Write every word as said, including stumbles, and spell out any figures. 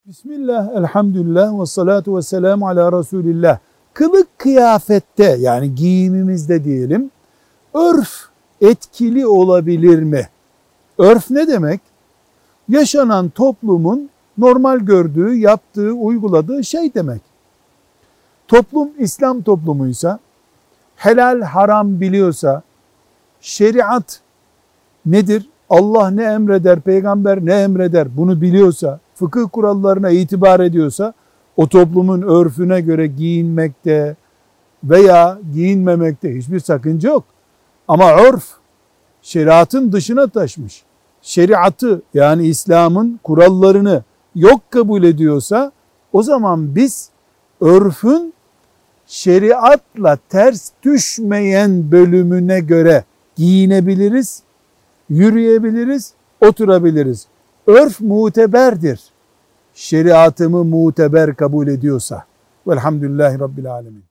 Bismillah, elhamdülillah ve salatu ve selamu ala Resulillah. Kılık kıyafette, yani giyimimizde diyelim, örf etkili olabilir mi? Örf ne demek? Yaşanan toplumun normal gördüğü, yaptığı, uyguladığı şey demek. Toplum İslam toplumuysa, helal haram biliyorsa, şeriat nedir? Allah ne emreder, peygamber ne emreder bunu biliyorsa, fıkıh kurallarına itibar ediyorsa, o toplumun örfüne göre giyinmekte veya giyinmemekte hiçbir sakınca yok. Ama örf şeriatın dışına taşmış. Şeriatı, yani İslam'ın kurallarını yok kabul ediyorsa, o zaman biz örfün şeriatla ters düşmeyen bölümüne göre giyinebiliriz, yürüyebiliriz, oturabiliriz. Örf muteberdir. Şeriatımı muteber kabul ediyorsa. Velhamdülillahi Rabbil Alemin.